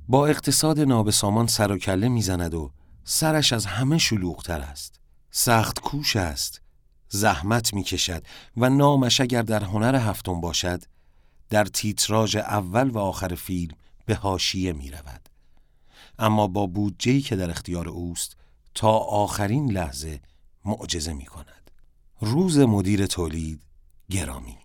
با اقتصاد نابسامان سر و کله میزند و سرش از همه شلوغ‌تر است. سخت کوش است، زحمت میکشد و نامش اگر در هنر هفتم باشد در تیتراژ اول و آخر فیلم به حاشیه میرود. اما با بودجه‌ای که در اختیار اوست تا آخرین لحظه معجزه میکند. روز مدیر تولید گرامی.